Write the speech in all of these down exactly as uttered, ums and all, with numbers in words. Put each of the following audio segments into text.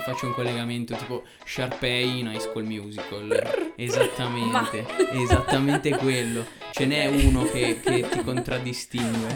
faccio un collegamento tipo Sharpay in High School Musical. Esattamente, esattamente quello. Ce n'è uno che, che ti contraddistingue.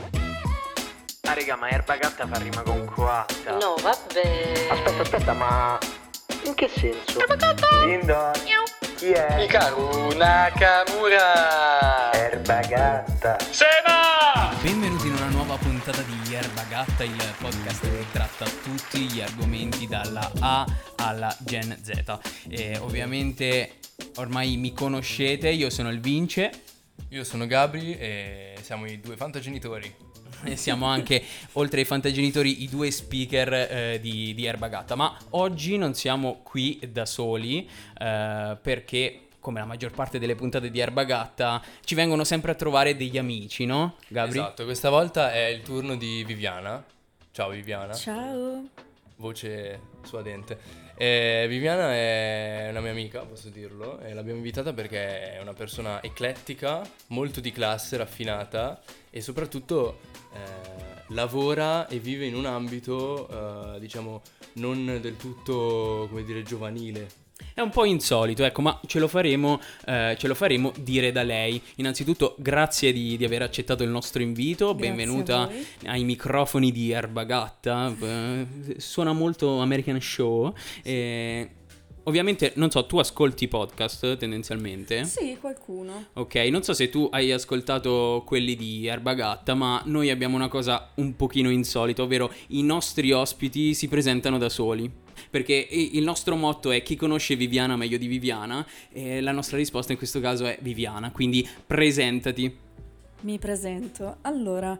Ah raga, ma erba gatta fa rima con coatta. No, vabbè. Aspetta, aspetta, ma in che senso? Linda, chi è? Hikaru Nakamura. Erba gatta. Sema! Benvenuti in una nuova puntata di Yerba Gatta, il podcast che tratta tutti gli argomenti dalla A alla Gen Z. E ovviamente ormai mi conoscete, io sono il Vince. Io sono Gabri e siamo i due fantagenitori. E siamo anche, oltre ai fantagenitori, i due speaker eh, di, di Erba Gatta. Ma oggi non siamo qui da soli eh, perché, come la maggior parte delle puntate di Erba Gatta, ci vengono sempre a trovare degli amici, no, Gabri? Esatto, questa volta è il turno di Viviana. Ciao Viviana. Ciao. Voce suadente. Eh, Viviana è una mia amica, posso dirlo, e l'abbiamo invitata perché è una persona eclettica, molto di classe, raffinata e soprattutto eh, lavora e vive in un ambito, eh, diciamo, non del tutto, come dire, giovanile. È un po' insolito, ecco, ma ce lo faremo, eh, ce lo faremo dire da lei. Innanzitutto, grazie di, di aver accettato il nostro invito. Grazie Benvenuta a voi. ai microfoni di Erba Gatta. Eh, suona molto American Show. Eh, ovviamente, non so, tu ascolti podcast tendenzialmente? Sì, qualcuno. Ok, non so se tu hai ascoltato quelli di Erba Gatta, ma noi abbiamo una cosa un pochino insolita, ovvero i nostri ospiti si presentano da soli. Perché il nostro motto è: chi conosce Viviana meglio di Viviana, e la nostra risposta in questo caso è Viviana, quindi presentati. Mi presento. Allora,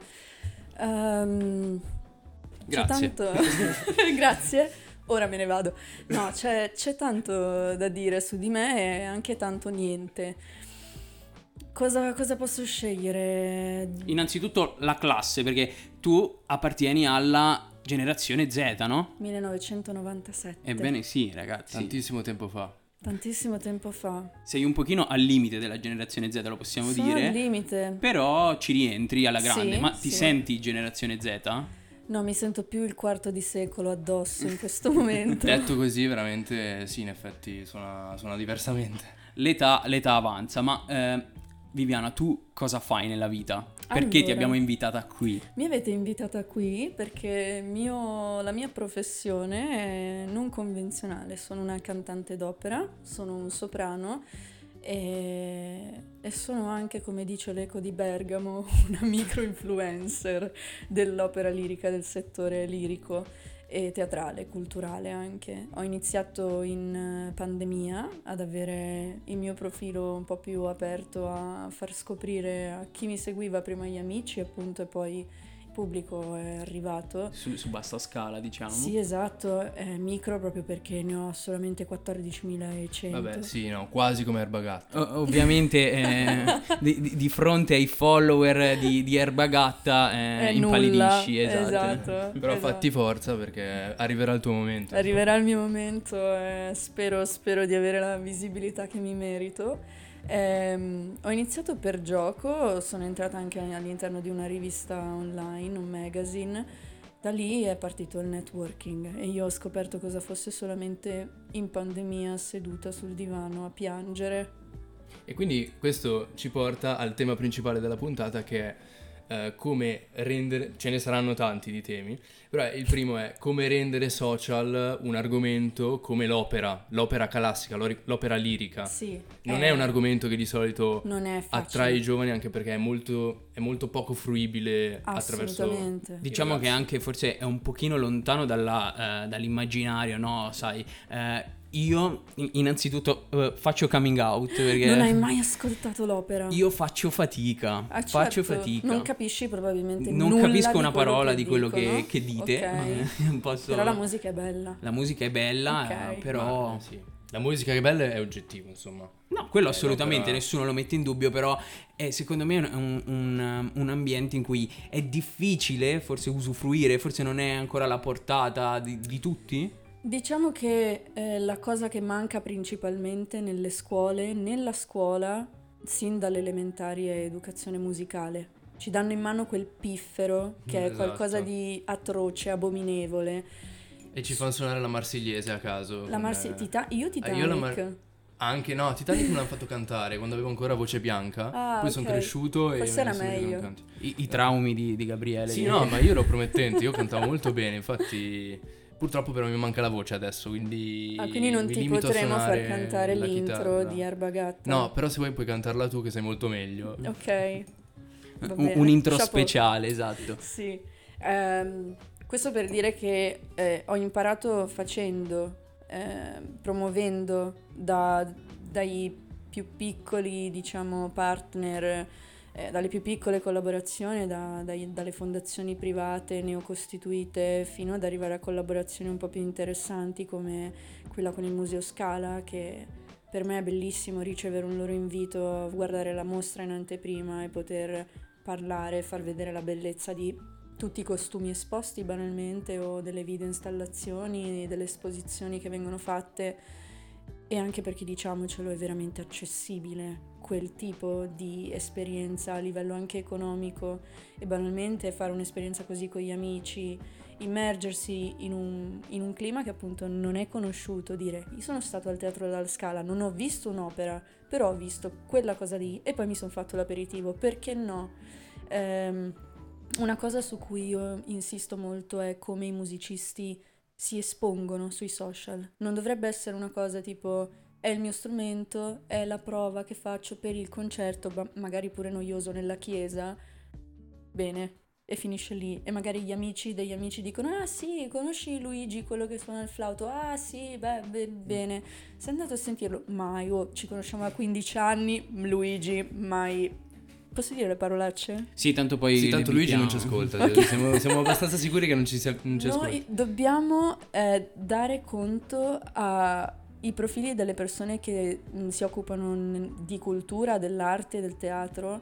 ehm, c'è Grazie. tanto... Grazie. Ora me ne vado. No, c'è, c'è tanto da dire su di me e anche tanto niente. Cosa, cosa posso scegliere? Innanzitutto la classe, perché tu appartieni alla generazione Z, no? millenovecentonovantasette. Ebbene sì, ragazzi. Tantissimo tempo fa. Tantissimo tempo fa. Sei un pochino al limite della generazione Z, lo possiamo Sono dire. al limite. Però ci rientri alla grande. Sì, Ma ti sì. senti generazione Z? No, mi sento più il quarto di secolo addosso in questo momento. Detto così, veramente sì, in effetti suona, suona diversamente. L'età, l'età avanza, ma eh, Viviana, tu cosa fai nella vita? Perché ti Allora, abbiamo invitata qui? Mi avete invitata qui perché mio- la mia professione è non convenzionale. Sono una cantante d'opera, sono un soprano e, e sono anche, come dice l'Eco di Bergamo, una micro-influencer dell'opera lirica, del settore lirico e teatrale, culturale anche. Ho iniziato in eh, pandemia ad avere il mio profilo un po' più aperto, a far scoprire a chi mi seguiva prima gli amici, appunto, e poi il pubblico è arrivato. Su, su bassa scala, diciamo. Sì, esatto, è micro proprio perché ne ho solamente quattordicimiladuecento. Vabbè, sì, no, quasi come Erba Gatta. O- ovviamente eh, di, di- di fronte ai follower di, di Erba Gatta eh, È impallidisci, nulla, esatto. esatto. Però esatto. fatti forza perché arriverà il tuo momento. Arriverà il mio momento e spero, spero di avere la visibilità che mi merito. Ehm, ho iniziato per gioco, sono entrata anche all'interno di una rivista online, un magazine. Da lì è partito il networking e io ho scoperto cosa fosse solamente in pandemia seduta sul divano a piangere. E quindi questo ci porta al tema principale della puntata, che è eh, come rendere, ce ne saranno tanti di temi, però il primo è come rendere social un argomento come l'opera, l'opera classica, l'ori- l'opera lirica. Sì, Non eh, è un argomento che di solito non è facile. attrae i giovani, anche perché è molto, è molto poco fruibile attraverso... Assolutamente. Diciamo i che ragazzi. anche forse è un pochino lontano dalla, eh, dall'immaginario, no? Sai, eh, io in- innanzitutto eh, faccio coming out perché Non hai mai ascoltato l'opera? io faccio fatica, Ah, faccio certo, fatica. Non capisci probabilmente Non nulla capisco di una quello parola che di quello che, dicono. che dite. Ok. Non posso- Però la musica è bella. La musica è bella, Ok. eh, però... Ma, eh, sì. La musica che è bella è oggettivo, insomma. No, quello Eh, assolutamente, l'opera- nessuno lo mette in dubbio, però è, secondo me è un, un- un ambiente in cui è difficile forse usufruire, forse non è ancora alla portata di, di tutti. Diciamo che eh, la cosa che manca principalmente nelle scuole, nella scuola, sin dalle elementari, è educazione musicale. Ci danno in mano quel piffero che è Esatto. qualcosa di atroce, abominevole. E ci fanno suonare la Marsigliese a caso. La Marsi- con, eh, Tita- io Titanic. io la Mar- Anche no, Titanic me l'hanno fatto cantare quando avevo ancora voce bianca. Ah, poi ok. sono cresciuto e Forse me era ne sono venuto meglio. un canto. I, i traumi di, di Gabriele. Sì, di- no, ma io ero promettente, io cantavo molto bene, infatti purtroppo però mi manca la voce adesso, quindi Ah, quindi non mi ti limito a potremo far suonare cantare la l'intro chitarra. di Erbagatta. No, però se vuoi puoi cantarla tu che sei molto meglio. Ok. Va un, bene. un intro Chapeau. speciale, esatto. Sì. Ehm, questo per dire che eh, ho imparato facendo, eh, promuovendo da, dai più piccoli, diciamo, partner, eh, dalle più piccole collaborazioni, da- dai- dalle fondazioni private neocostituite, fino ad arrivare a collaborazioni un po' più interessanti come quella con il Museo Scala, che per me è bellissimo ricevere un loro invito a guardare la mostra in anteprima e poter parlare, far vedere la bellezza di tutti i costumi esposti banalmente o delle video installazioni, delle esposizioni che vengono fatte, e anche perché, diciamocelo, è veramente accessibile quel tipo di esperienza a livello anche economico, e banalmente fare un'esperienza così con gli amici, immergersi in un, in un clima che appunto non è conosciuto, dire io sono stato al Teatro della Scala, non ho visto un'opera, però ho visto quella cosa lì e poi mi sono fatto l'aperitivo, perché no? Ehm, una cosa su cui io insisto molto è come i musicisti si espongono sui social. Non dovrebbe essere una cosa tipo è il mio strumento, è la prova che faccio per il concerto, ma- magari pure noioso nella chiesa, bene, e finisce lì. E magari gli amici degli amici dicono ah sì, conosci Luigi, quello che suona il flauto? Ah sì, beh, be- bene. Sei andato a sentirlo? Mai, oh, ci conosciamo da quindici anni, Luigi, mai. Posso dire le parolacce? Sì, tanto poi Sì, le tanto Luigi non ci bippiamo. ascolta, siamo, siamo abbastanza sicuri che non ci, sia, non ci ascolta. Noi dobbiamo eh, dare conto ai profili delle persone che mh, si occupano n- di cultura, dell'arte, del teatro,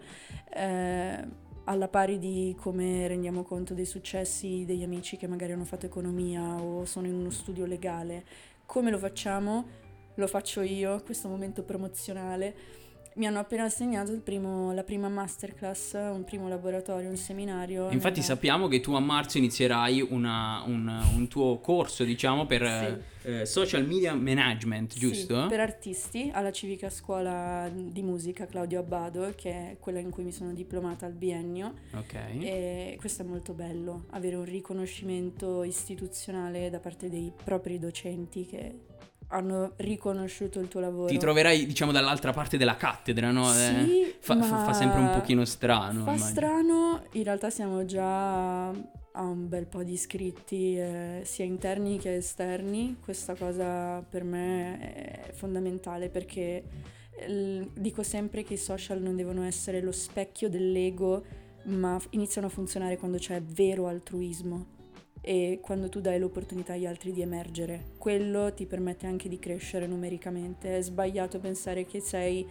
eh, alla pari di come rendiamo conto dei successi degli amici che magari hanno fatto economia o sono in uno studio legale. Come lo facciamo? Lo faccio io, questo momento promozionale. Mi hanno appena assegnato il primo, la prima masterclass, un primo laboratorio, un seminario. Infatti nella- sappiamo che tu a marzo inizierai una- un, un tuo corso, diciamo, per Sì. eh, social media management, Sì, giusto? per artisti alla Civica Scuola di Musica Claudio Abbado, che è quella in cui mi sono diplomata al biennio. Ok. E questo è molto bello, avere un riconoscimento istituzionale da parte dei propri docenti che hanno riconosciuto il tuo lavoro. Ti troverai, diciamo, dall'altra parte della cattedra, no? Sì, Eh, fa, fa- ma fa sempre un pochino strano. Fa immagino. strano, in realtà siamo già a un bel po' di iscritti, eh, sia interni che esterni. Questa cosa per me è fondamentale perché eh, dico sempre che i social non devono essere lo specchio dell'ego, ma f- iniziano a funzionare quando c'è vero altruismo e quando tu dai l'opportunità agli altri di emergere. Quello ti permette anche di crescere numericamente. È sbagliato pensare che sei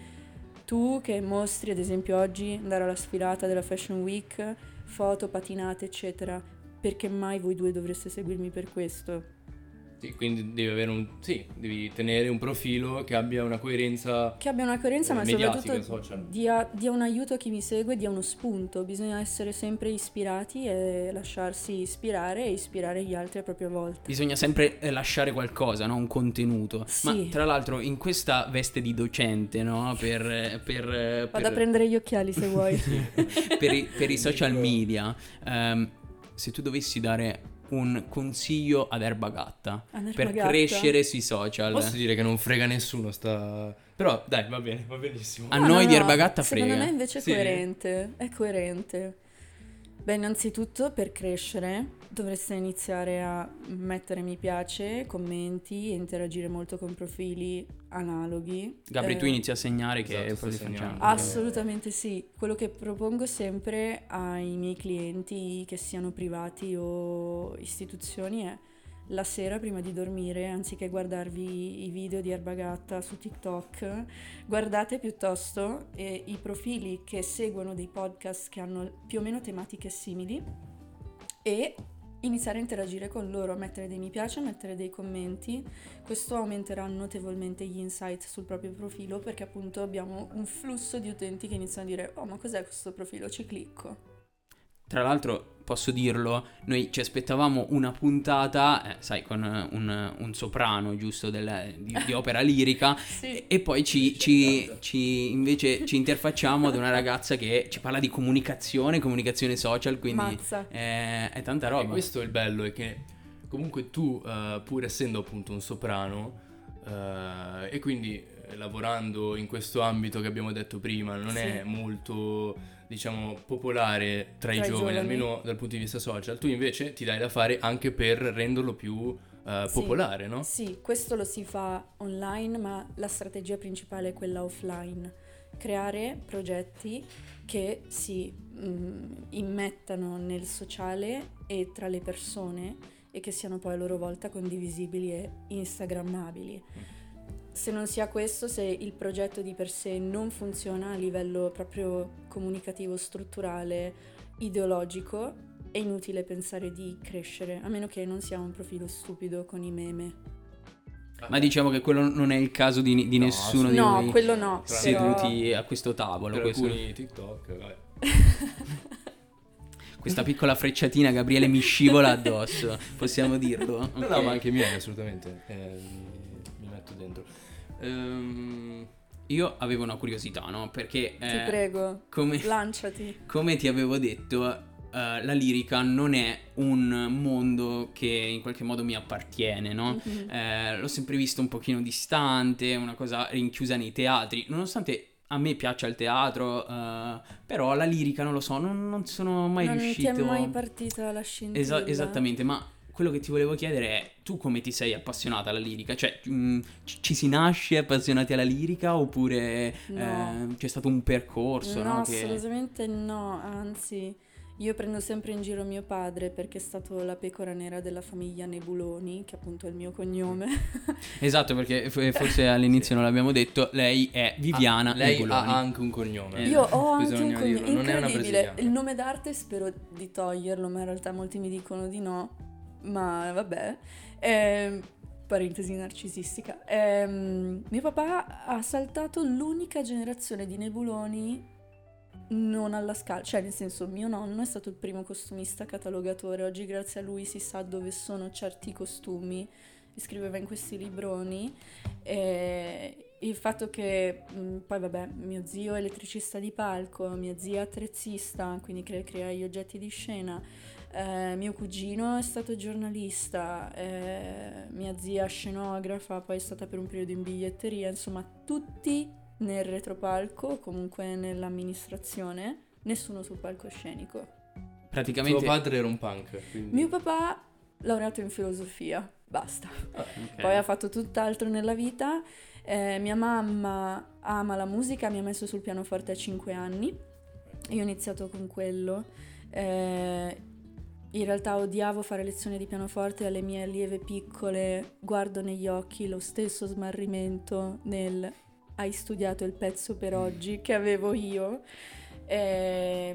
tu che mostri, ad esempio oggi, andare alla sfilata della Fashion Week, foto, patinate, eccetera, perché mai voi due dovreste seguirmi per questo? Sì, quindi devi avere un sì, devi tenere un profilo che abbia una coerenza. Che abbia una coerenza, Eh, ma mediatica, soprattutto social. dia, dia un aiuto a chi mi segue, dia uno spunto. Bisogna essere sempre ispirati e lasciarsi ispirare e ispirare gli altri a propria volta. Bisogna sempre eh, lasciare qualcosa, no? Un contenuto. Sì. Ma tra l'altro in questa veste di docente, no? Per, eh, per, eh, Vado per- a prendere gli occhiali se vuoi. per, i, per i social media, ehm, se tu dovessi dare un consiglio ad Erbagatta Ad per Erbagatta? crescere sui social, Posso dire che non frega nessuno sta. Però dai, va bene, va benissimo. a No, noi no, di no, Erbagatta frega. Secondo me invece è Sì? coerente, è coerente. Beh, innanzitutto per crescere dovreste iniziare a mettere mi piace, commenti e interagire molto con profili analoghi. Gabri, Eh, tu inizi a segnare che Esatto, sto poi facciamo. segnando. Assolutamente sì. Quello che propongo sempre ai miei clienti, che siano privati o istituzioni, è la sera prima di dormire, anziché guardarvi i video di Erbagatta su TikTok, guardate piuttosto eh, i profili che seguono dei podcast che hanno più o meno tematiche simili e iniziare a interagire con loro, mettere dei mi piace, mettere dei commenti. Questo aumenterà notevolmente gli insight sul proprio profilo, perché appunto abbiamo un flusso di utenti che iniziano a dire oh ma cos'è questo profilo, ci clicco. tra l'altro posso dirlo, noi ci aspettavamo una puntata, eh, sai, con un, un soprano, giusto, del, di, di opera lirica, Sì. e poi ci, ci, ci invece ci interfacciamo ad una ragazza che ci parla di comunicazione, comunicazione social, quindi Mazza. è, è tanta E roba. questo è il bello, è che comunque tu, eh, pur essendo appunto un soprano, eh, e quindi eh, lavorando in questo ambito che abbiamo detto prima, non Sì. è molto, diciamo, popolare tra, Tra i i giovani, giovani. almeno dal punto di vista social, tu invece ti dai da fare anche per renderlo più eh, Sì. popolare, no? Sì, questo lo si fa online, ma la strategia principale è quella offline. Creare progetti che si mm, immettano nel sociale e tra le persone e che siano poi a loro volta condivisibili e instagrammabili. Se non sia questo, se il progetto di per sé non funziona a livello proprio comunicativo, strutturale, ideologico, è inutile pensare di crescere, a meno che non sia un profilo stupido con i meme. Ma diciamo che quello non è il caso di, di No, nessuno di No, noi quello no, seduti a questo tavolo. Per questo- alcuni TikTok, vabbè. Questa piccola frecciatina Gabriele mi scivola addosso, possiamo dirlo? No, Ok. no, ma anche i miei, assolutamente. Eh, mi, mi metto dentro. Ehm, Io avevo una curiosità, no? Perché Ti eh, prego, come, lanciati. come ti avevo detto, eh, la lirica non è un mondo che in qualche modo mi appartiene, no? Mhm. Eh, l'ho sempre visto un pochino distante, una cosa rinchiusa nei teatri, nonostante a me piaccia il teatro, eh, però la lirica non lo so, non, non sono mai non riuscito. ti è mai partita la scintilla? Esa- esattamente, ma quello che ti volevo chiedere è tu come ti sei appassionata alla lirica? Cioè, mh, ci, ci si nasce appassionati alla lirica oppure No. eh, c'è stato un percorso, No, no? Che... assolutamente no, anzi, io prendo sempre in giro mio padre perché è stato la pecora nera della famiglia Nebuloni, che appunto è il mio cognome. Esatto, perché f- forse all'inizio Sì. non l'abbiamo detto, lei è Viviana ah, lei Nebuloni. ha anche un cognome. Eh, Io ho anche un bisogna cognome dirlo, non è una incredibile, brasiliana. il nome d'arte spero di toglierlo, ma in realtà molti mi dicono di no, ma vabbè. Ehm, parentesi narcisistica. Ehm, mio papà ha saltato l'unica generazione di Nebuloni non alla scala, cioè nel senso mio nonno è stato il primo costumista catalogatore, oggi grazie a lui si sa dove sono certi costumi, li scriveva in questi libroni, e il fatto che mh, poi vabbè mio zio è elettricista di palco, mia zia attrezzista, quindi crea, crea gli oggetti di scena, eh, mio cugino è stato giornalista, eh, mia zia scenografa, poi è stata per un periodo in biglietteria, insomma tutti nel retropalco, comunque nell'amministrazione, nessuno sul palcoscenico. Praticamente... Tuo padre era un punk, quindi... Mio papà, laureato in filosofia, basta. Ok. Poi ha fatto tutt'altro nella vita. Eh, mia mamma ama la musica, mi ha messo sul pianoforte a cinque anni. Io ho iniziato con quello. Eh, in realtà odiavo fare lezioni di pianoforte, alle mie allieve piccole guardo negli occhi lo stesso smarrimento nel hai studiato il pezzo per oggi che avevo io. Eh,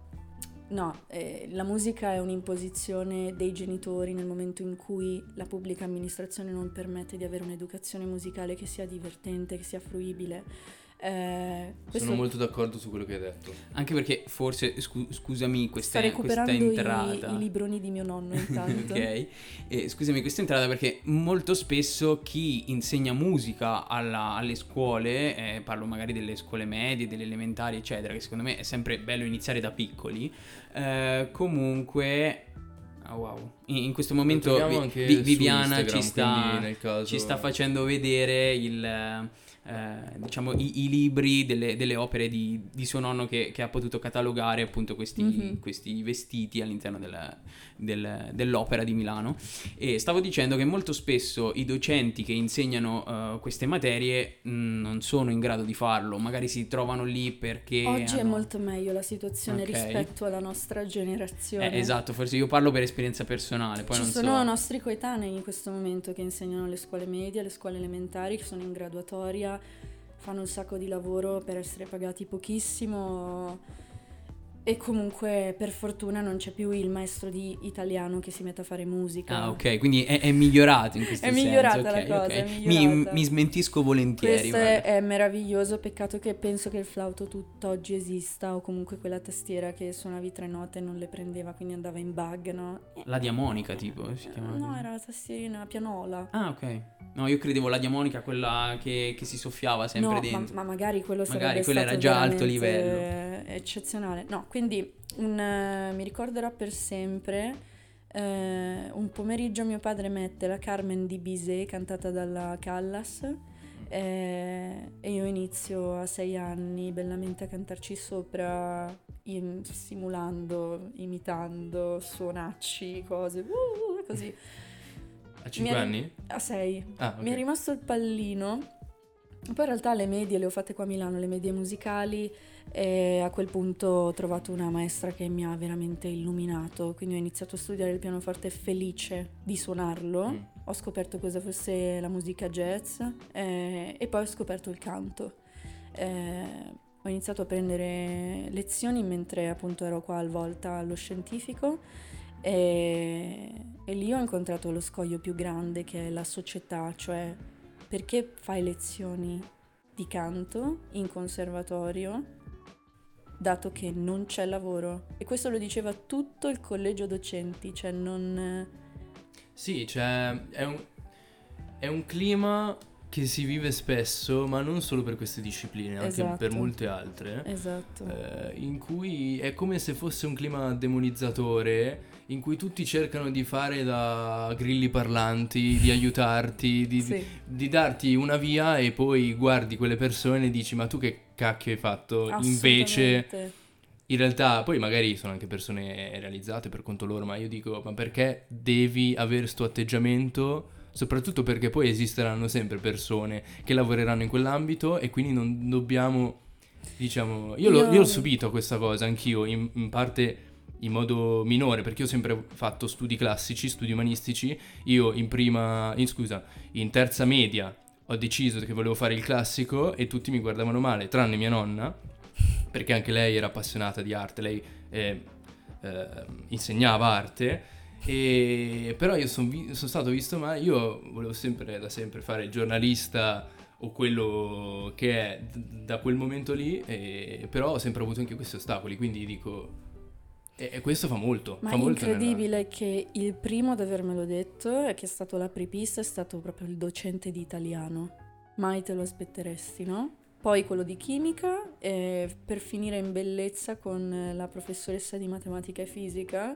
no, eh, la musica è un'imposizione dei genitori nel momento in cui la pubblica amministrazione non permette di avere un'educazione musicale che sia divertente, che sia fruibile. Eh, questo Sono molto d'accordo su quello che hai detto. Anche perché forse, scu- scusami, questa, sta recuperando questa i, entrata... i libroni di mio nonno intanto. Ok, e scusami questa entrata perché molto spesso chi insegna musica alla- alle scuole, eh, parlo magari delle scuole medie, delle elementari eccetera, che secondo me è sempre bello iniziare da piccoli, eh, comunque... Ah, wow, in, in questo momento troviamo Vi- anche Vi- su Viviana ci Instagram, sta, quindi nel caso- ci sta facendo vedere il... eh, diciamo i, i libri delle, delle opere di, di suo nonno che, che ha potuto catalogare appunto questi, Mhm. questi vestiti all'interno del- del- dell'opera di Milano. E stavo dicendo che molto spesso i docenti che insegnano eh, queste materie mh, non sono in grado di farlo, magari si trovano lì perché Oggi è hanno- molto meglio la situazione Ok. rispetto alla nostra generazione. Eh, esatto, forse io parlo per esperienza personale, poi Ci non sono so. nostri coetanei in questo momento che insegnano alle scuole medie, alle scuole elementari, che sono in graduatoria, fanno un sacco di lavoro per essere pagati pochissimo. E comunque per fortuna non c'è più il maestro di italiano che si mette a fare musica. Ah, ok, quindi è, è migliorato in questo È senso. migliorata ok, la cosa, ok. è Mi, migliorata. mi smentisco volentieri. Questo guarda. è, è meraviglioso, peccato che penso che il flauto tutt'oggi esista, o comunque quella tastiera che suonavi tre note e non le prendeva, quindi andava in bug, no? La diamonica, tipo, si chiama No, così. era la tastierina, la pianola. Ah, ok. No, io credevo la diamonica, quella che, che si soffiava sempre No, dentro. ma, ma magari quello Magari sarebbe quello era stato già alto veramente eccezionale. No, quindi un, eh, mi ricorderò per sempre eh, un pomeriggio mio padre mette la Carmen di Bizet cantata dalla Callas eh, e io inizio a sei anni bellamente a cantarci sopra, im- simulando, imitando suonacci, cose, uh, così. A cinque Mi è- anni? A sei. Ah, ok. Mi è rimasto il pallino. Poi in realtà le medie le ho fatte qua a Milano, le medie musicali, e a quel punto ho trovato una maestra che mi ha veramente illuminato, quindi ho iniziato a studiare il pianoforte felice di suonarlo, Mm. ho scoperto cosa fosse la musica jazz eh, e poi ho scoperto il canto. Eh, ho iniziato a prendere lezioni mentre appunto ero qua al Volta allo scientifico e, e lì ho incontrato lo scoglio più grande che è la società, cioè perché fai lezioni di canto in conservatorio dato che non c'è lavoro? E questo lo diceva tutto il collegio docenti, cioè non... Sì, cioè è un, è un clima che si vive spesso, ma non solo per queste discipline, anche Esatto. per molte altre, Esatto. eh, in cui è come se fosse un clima demonizzatore, in cui tutti cercano di fare da grilli parlanti, di aiutarti, di, Sì. di darti una via e poi guardi quelle persone e dici ma tu che cacchio hai fatto? Invece... Assolutamente. In realtà, poi magari sono anche persone realizzate per conto loro, ma io dico, ma perché devi avere sto atteggiamento? Soprattutto perché poi esisteranno sempre persone che lavoreranno in quell'ambito e quindi non dobbiamo, diciamo... Io, l'ho, Io- io ho subito questa cosa, anch'io, in, in parte in modo minore, perché io ho sempre fatto studi classici, studi umanistici. Io in prima, in, scusa, in terza media ho deciso che volevo fare il classico e tutti mi guardavano male, tranne mia nonna, perché anche lei era appassionata di arte, lei eh, eh, insegnava arte, e però io sono vi- son stato visto male, io volevo sempre da sempre fare il giornalista o quello che è d- da quel momento lì, e, però ho sempre avuto anche questi ostacoli, quindi dico, e, e questo fa molto, Ma fa è molto nella- incredibile che il primo ad avermelo detto e che è stato l'apripista è stato proprio il docente di italiano. Mai te lo aspetteresti, no? Poi quello di chimica e per finire in bellezza con la professoressa di matematica e fisica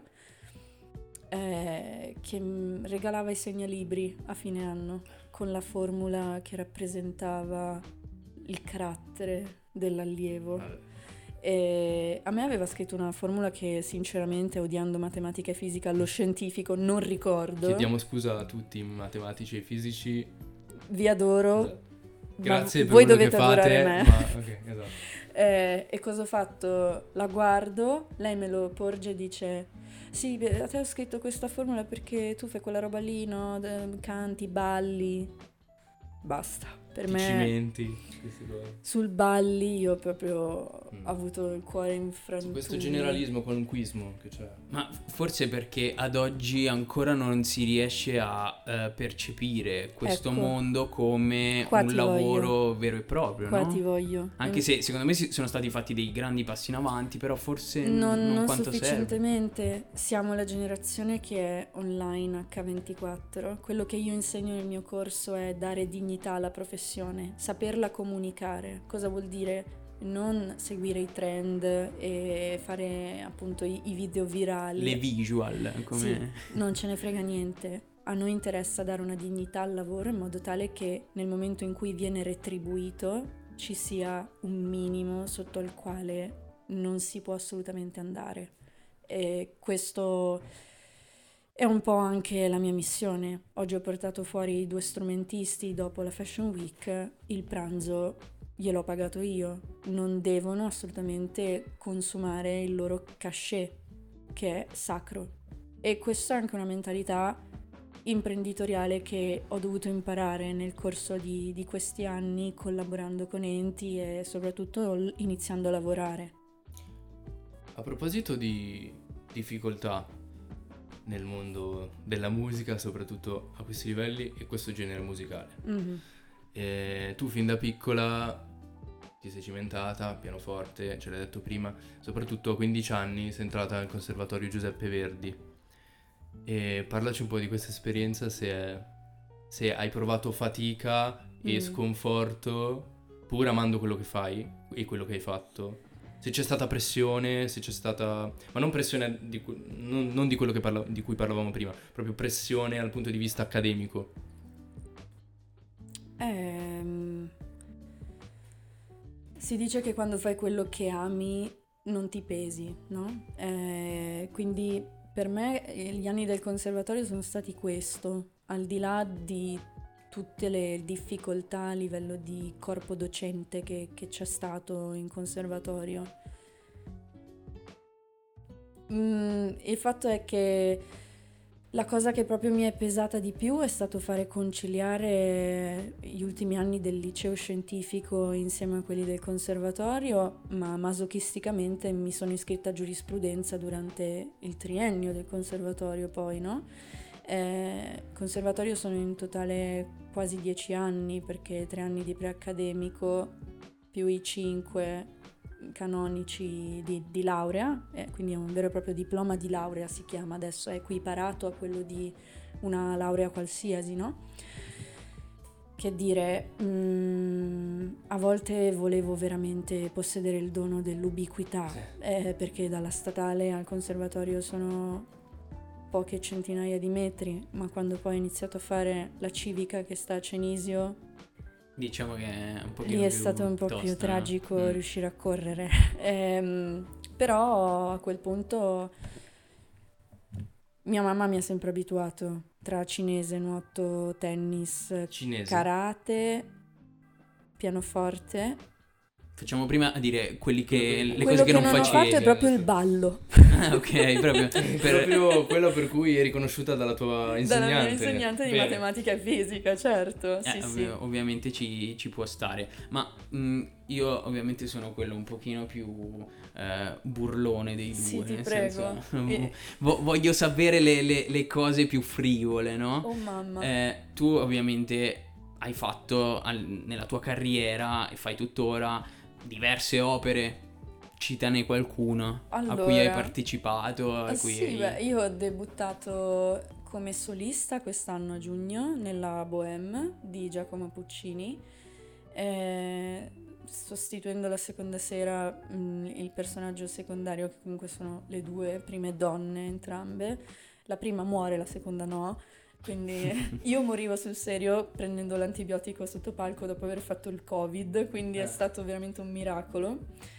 eh, che m- regalava i segnalibri a fine anno con la formula che rappresentava il carattere dell'allievo. Vabbè. E a me aveva scritto una formula che sinceramente, odiando matematica e fisica allo scientifico, non ricordo. Chiediamo scusa a tutti i matematici e fisici. Vi adoro. Esatto. ma Grazie per voi quello dovete che fate, adorare me. ma ok, esatto. Eh, e cosa ho fatto? La guardo, lei me lo porge e dice: sì, beh, a te ho scritto questa formula perché tu fai quella roba lì, no? De- canti, balli. Basta. Per Ti me cimenti, queste cose. sul balli io proprio Mm. ho avuto il cuore in frantumi. Questo generalismo, qualunquismo che c'è. Ma forse perché ad oggi ancora non si riesce a eh, percepire questo Ecco. mondo come Qua un ti lavoro voglio. vero e proprio, Qua no? ti voglio. Anche E- se secondo me si- sono stati fatti dei grandi passi in avanti, però forse n- Non, non non quanto serve. sufficientemente. Siamo la generazione che è online acca ventiquattro. Quello che io insegno nel mio corso è dare dignità alla professione, saperla comunicare. Cosa vuol dire? Non seguire i trend e fare appunto i, i video virali. Le visual, come... Sì, non ce ne frega niente. A noi interessa dare una dignità al lavoro in modo tale che nel momento in cui viene retribuito ci sia un minimo sotto al quale non si può assolutamente andare. E questo è un po' anche la mia missione. Oggi ho portato fuori due strumentisti dopo la Fashion Week, il pranzo gliel'ho pagato io, non devono assolutamente consumare il loro cachet, che è sacro. E questa è anche una mentalità imprenditoriale che ho dovuto imparare nel corso di, di questi anni, collaborando con enti e soprattutto l- iniziando a lavorare. A proposito di difficoltà nel mondo della musica, soprattutto a questi livelli e questo genere musicale, Mhm. eh, tu fin da piccola ti sei cimentata, pianoforte, ce l'hai detto prima, soprattutto a quindici anni sei entrata al Conservatorio Giuseppe Verdi. E parlaci un po' di questa esperienza, se, se hai provato fatica e Mm. sconforto pur amando quello che fai e quello che hai fatto. Se c'è stata pressione, se c'è stata... ma non pressione di, cu- non, non di quello che parla- di cui parlavamo prima, proprio pressione dal punto di vista accademico. Ehm, si dice che quando fai quello che ami non ti pesi, no? Eh, quindi per me eh, gli anni del conservatorio sono stati questo, al di là di tutte le difficoltà a livello di corpo docente che, che c'è stato in conservatorio. Mm, il fatto è che la cosa che proprio mi è pesata di più è stato fare conciliare gli ultimi anni del liceo scientifico insieme a quelli del conservatorio, ma masochisticamente mi sono iscritta a giurisprudenza durante il triennio del conservatorio poi, no? Eh, conservatorio sono in totale quasi dieci anni perché tre anni di preaccademico più i cinque canonici di, di laurea, eh, quindi è un vero e proprio diploma di laurea si chiama adesso, è equiparato a quello di una laurea qualsiasi, no? Che dire, mm, a volte volevo veramente possedere il dono dell'ubiquità, eh, perché dalla statale al conservatorio sono poche centinaia di metri, ma quando poi ho iniziato a fare la civica che sta a Cenisio, Diciamo che è un pochino lì è più stato un po' tosta, più no? tragico Mm. riuscire a correre. Ehm, però a quel punto mia mamma mi ha sempre abituato tra cinese, nuoto, tennis, Cinese. karate, pianoforte. Facciamo prima a dire quelli che, le Quello cose che, non ho facevi. fatto è proprio il ballo. Ah, ok, proprio Per... per- proprio quello per cui eri conosciuta dalla tua insegnante. Dalla mia insegnante di Bene. matematica e fisica, certo. Eh, Sì, ov- sì. ovviamente ci, ci può stare, ma mh, io ovviamente sono quello un pochino più eh, burlone dei due, Sì, ti nel prego. senso, E- vo- voglio sapere le, le- le cose più frivole, no? Oh mamma. Eh, tu ovviamente hai fatto al- nella tua carriera e fai tuttora diverse opere, citane qualcuna a cui hai Allora, partecipato, a Ah, cui sì, hai... beh, io ho debuttato come solista quest'anno a giugno nella Bohème di Giacomo Puccini, eh, sostituendo la seconda sera mh, il personaggio secondario, che comunque sono le due prime donne entrambe. La prima muore, la seconda no. Quindi io morivo sul serio prendendo l'antibiotico sotto palco dopo aver fatto il Covid, quindi è Eh. stato veramente un miracolo.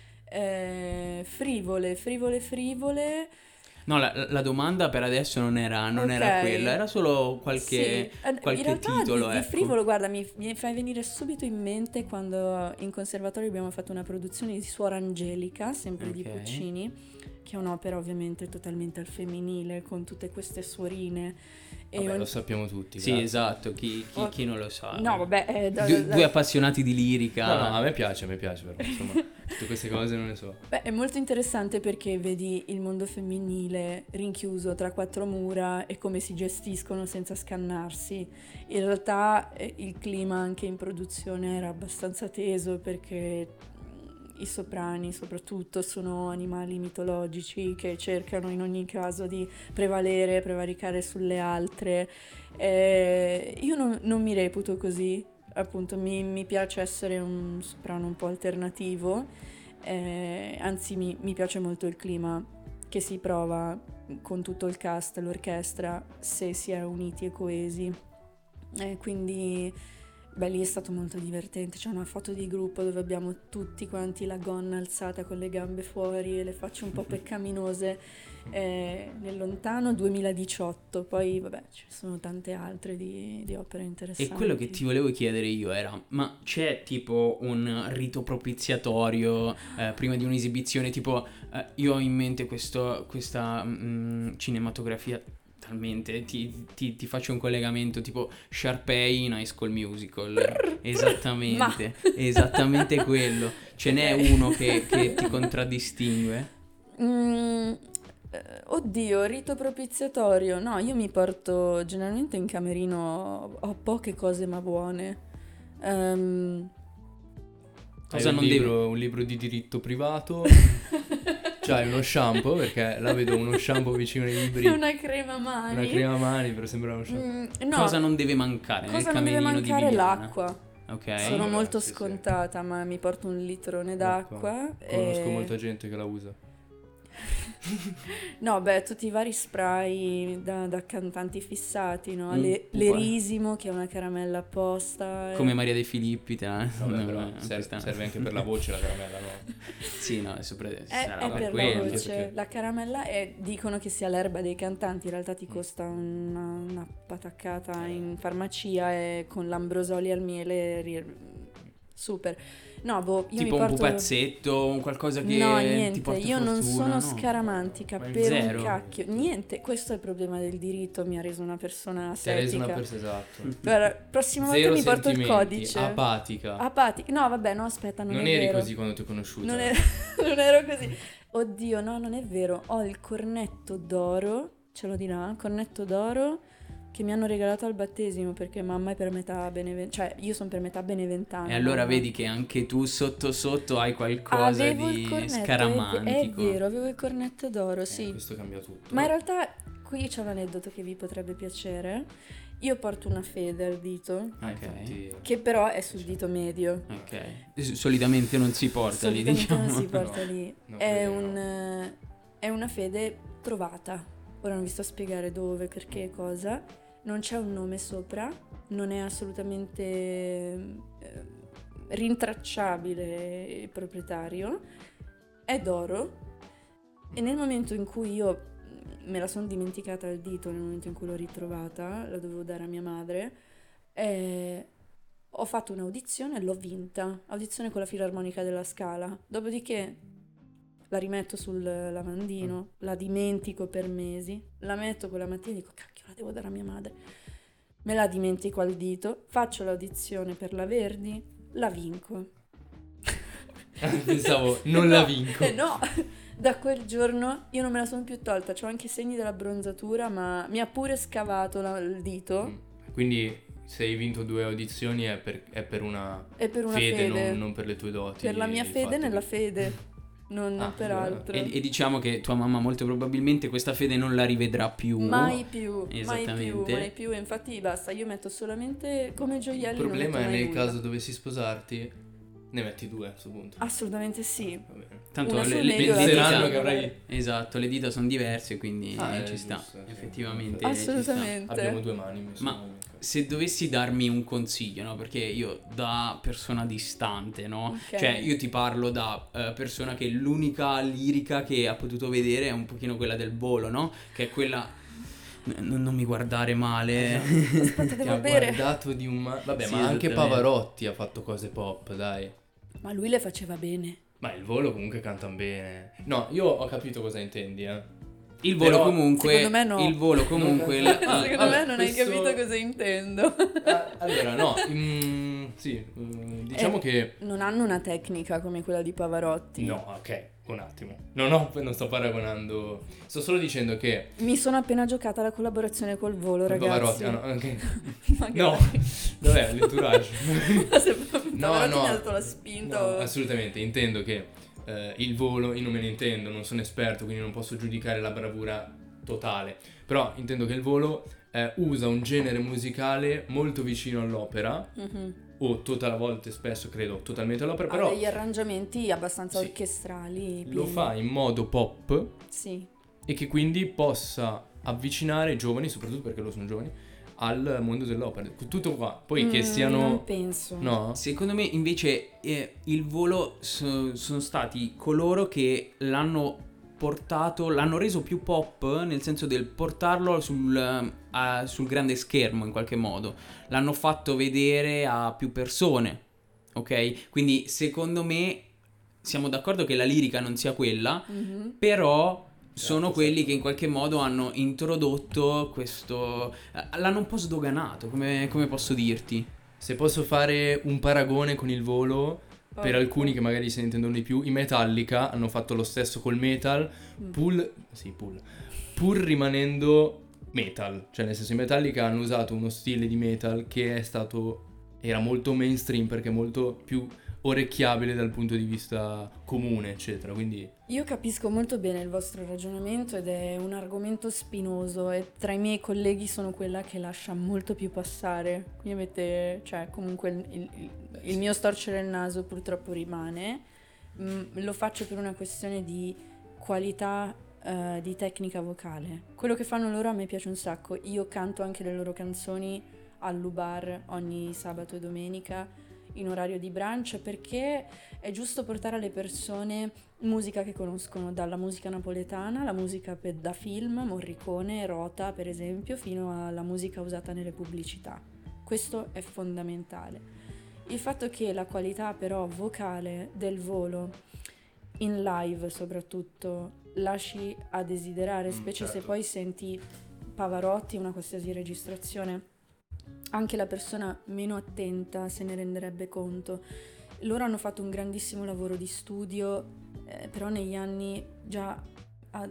Eh, frivole, frivole, frivole. No, la, la domanda per adesso non era, non era Ok. quella, era solo qualche, Sì, eh, qualche in realtà titolo, di, di ecco. frivolo, guarda, mi, mi fai venire subito in mente quando in conservatorio abbiamo fatto una produzione di Suora Angelica, sempre di Ok. Puccini, che è un'opera ovviamente totalmente al femminile, con tutte queste suorine. E Vabbè, ogni- lo sappiamo tutti. Sì, grazie. esatto, chi, chi- Oh, chi non lo sa. No, vabbè, eh, da- Due, da- due appassionati di lirica. No, no, a me piace, a me piace però, insomma, tutte queste cose non ne so. Beh, è molto interessante perché vedi il mondo femminile rinchiuso tra quattro mura e come si gestiscono senza scannarsi. In realtà eh, il clima anche in produzione era abbastanza teso perché mm, i soprani soprattutto sono animali mitologici che cercano in ogni caso di prevalere, prevaricare sulle altre. Eh, io non, non mi reputo così, appunto mi, mi piace essere un soprano un po' alternativo. Eh, anzi mi, mi piace molto il clima che si prova con tutto il cast, l'orchestra, se si è uniti e coesi. Eh, quindi beh, lì è stato molto divertente. C'è una foto di gruppo dove abbiamo tutti quanti la gonna alzata con le gambe fuori e le facce un po' peccaminose, eh, nel lontano duemiladiciotto. Poi vabbè, ci sono tante altre di, di opere interessanti. E quello che ti volevo chiedere io era, ma c'è tipo un rito propiziatorio eh, prima di un'esibizione? Tipo, eh, io ho in mente questo, questa mm, cinematografia, talmente, ti, ti- ti faccio un collegamento tipo Sharpay in High School Musical. Esattamente, esattamente quello. Ce n'è Ok. uno che, che ti contraddistingue? Mm, eh, oddio, rito propiziatorio. No, io mi porto generalmente in camerino, ho poche cose ma buone. Ehm, Cosa Hai un non devi- libro, un libro di diritto privato, c'hai uno shampoo, perché là vedo uno shampoo vicino ai libri, È una crema mani. una crema mani per sembrare uno shampoo. Mm, no, Cosa non deve mancare nel cosa non deve camerino di mancare? Viviana? L'acqua. Ok. Sono Eh, molto sì, sì. scontata, ma mi porto un litrone d'acqua. Conosco e- molta gente che la usa. No, beh, tutti i vari spray da, da cantanti fissati, no? Mm, Le- pupa. L'erisimo, che è una caramella apposta. e- Come Maria De Filippi, te la... Vabbè, no, però no, serve, questa- serve anche per la voce la caramella, no? Sì, no, è, sopra... È, sarà è per per quello. la anche voce. perché- La caramella è, dicono che sia l'erba dei cantanti, in realtà ti costa una, una pataccata in farmacia e con l'ambrosoli al miele ri- super. No, boh, io Tipo mi un porto... pupazzetto, un qualcosa che No, ti niente, porta io non fortuna, sono no? scaramantica Ma per zero? un cacchio. Niente, questo è il problema del diritto, mi ha reso una persona Ti ha reso asettica. una persona, esatto. Guarda, prossima volta Zero mi porto il sentimenti, codice. apatica. Apatica. No, vabbè, no, aspetta, non, non è eri vero. così quando ti ho conosciuta. Non, è- non ero così. Oddio, no, non è vero. Ho il cornetto d'oro, ce l'ho di là, cornetto d'oro che mi hanno regalato al battesimo perché mamma è per metà beneventana, cioè io sono per metà beneventana. E allora mamma. vedi che anche tu sotto sotto hai qualcosa Avevo il di cornetto, è- scaramantico. È vero, avevo il cornetto d'oro, Eh, sì. questo cambia tutto. Ma in realtà qui c'è un aneddoto che vi potrebbe piacere. Io porto una fede al dito, Ah, Ok. infatti... che però è sul dito medio. Ok. S- Solitamente non si porta lì, Solitamente diciamo. non si porta No, lì. no, È, quello un, no. eh, è una fede trovata. Ora non vi sto a spiegare dove, perché, cosa. Non c'è un nome sopra, non è assolutamente eh, rintracciabile il proprietario. È d'oro. E nel momento in cui io me la sono dimenticata al dito, nel momento in cui l'ho ritrovata, la dovevo dare a mia madre, eh, ho fatto un'audizione e l'ho vinta, audizione con la Filarmonica della Scala. Dopodiché la rimetto sul lavandino, la dimentico per mesi, la metto quella mattina e dico cacchio, la devo dare a mia madre. Me la dimentico al dito, faccio l'audizione per la Verdi, la vinco. Pensavo, non la vinco. Eh no, da quel giorno io non me la sono più tolta, c'ho anche segni della bronzatura, ma mi ha pure scavato la- il dito. Mm. Quindi se hai vinto due audizioni è per, è per una È per una fede, fede, Non, non per le tue doti. per la mia il fede fatto nella che- fede, non, non Ah, per allora. altro. E, e diciamo che tua mamma molto probabilmente questa fede non la rivedrà più. Mai più, mai più, Esattamente. mai più. E infatti basta, io metto solamente come Il gioielli. non problema metto è mai nel nulla. caso dovessi sposarti, ne metti due a questo punto. Assolutamente sì. Va bene. Tanto Una le, sul le- medio, le l'altra dita, Penseranno sul che avrai... mare. esatto, le dita sono diverse, quindi Ah, eh, è ci sta. giusto, sì. Effettivamente. Assolutamente. Abbiamo due mani. mi Ma- sono- Se dovessi darmi un consiglio, no? Perché io da persona distante, no? Ok. Cioè io ti parlo da eh, persona che l'unica lirica che ha potuto vedere è un pochino quella del volo, no? Che è quella... n- non mi guardare male. Aspetta, Ti devo ha bere. guardato di un... ma- Vabbè, Sì, ma anche esattamente. Pavarotti ha fatto cose pop, dai. Ma lui le faceva bene. Ma il volo comunque cantano bene. No, io ho capito cosa intendi, eh. Il volo Però, comunque... secondo me no. Il volo comunque... la- Ah, Secondo vabbè, me non hai questo- capito cosa intendo. Ah, allora, no, mm, sì, mm, diciamo Eh, che... Non hanno una tecnica come quella di Pavarotti. No, ok, un attimo. No, no, non sto paragonando. Sto solo dicendo che... Mi sono appena giocata la collaborazione col volo, ragazzi. Pavarotti, ah, no, ok. Magari. No, dov'è l'entourage? Se No, Pavarotti no. mi ha dato la spinta. No, assolutamente, intendo che eh, il volo, io non me ne intendo, non sono esperto, quindi non posso giudicare la bravura totale. Però intendo che il volo eh, usa un genere musicale molto vicino all'opera, Mhm. o tutta la volta, spesso credo, totalmente all'opera, Ha però degli arrangiamenti abbastanza Sì. orchestrali. lo pieni. fa in modo pop Sì. e che quindi possa avvicinare i giovani, soprattutto perché loro sono giovani, al mondo dell'opera. Tutto qua. Poi che Mm, siano... Non penso. No? Secondo me invece eh, il volo so- sono stati coloro che l'hanno portato, l'hanno reso più pop nel senso del portarlo sul, eh, a- sul grande schermo in qualche modo. L'hanno fatto vedere a più persone, ok? Quindi secondo me siamo d'accordo che la lirica non sia quella, Mhm. però sono Certo, quelli certo. che in qualche modo hanno introdotto questo... eh, l'hanno un po' sdoganato, come, come posso dirti? Se posso fare un paragone con il volo, per alcuni che magari se ne intendono di più, i Metallica hanno fatto lo stesso col metal, Mm. pur, sì, pur, pur rimanendo metal. Cioè nel senso i Metallica hanno usato uno stile di metal che è stato, era molto mainstream perché molto più orecchiabile dal punto di vista comune, eccetera. Quindi Io capisco molto bene il vostro ragionamento ed è un argomento spinoso e tra i miei colleghi sono quella che lascia molto più passare. Quindi avete, cioè comunque il, il- il mio storcere il naso purtroppo rimane. Mm, lo faccio per una questione di qualità eh, di tecnica vocale. Quello che fanno loro a me piace un sacco. Io canto anche le loro canzoni all'U Bar ogni sabato e domenica in orario di brunch perché è giusto portare alle persone musica che conoscono, dalla musica napoletana alla musica per- da film, Morricone, Rota per esempio, fino alla musica usata nelle pubblicità. Questo è fondamentale. Il fatto che la qualità però vocale del Volo, in live soprattutto, lasci a desiderare, Mm, specie se certo. poi senti Pavarotti, una qualsiasi registrazione, anche la persona meno attenta se ne renderebbe conto. Loro hanno fatto un grandissimo lavoro di studio, eh, però negli anni già a-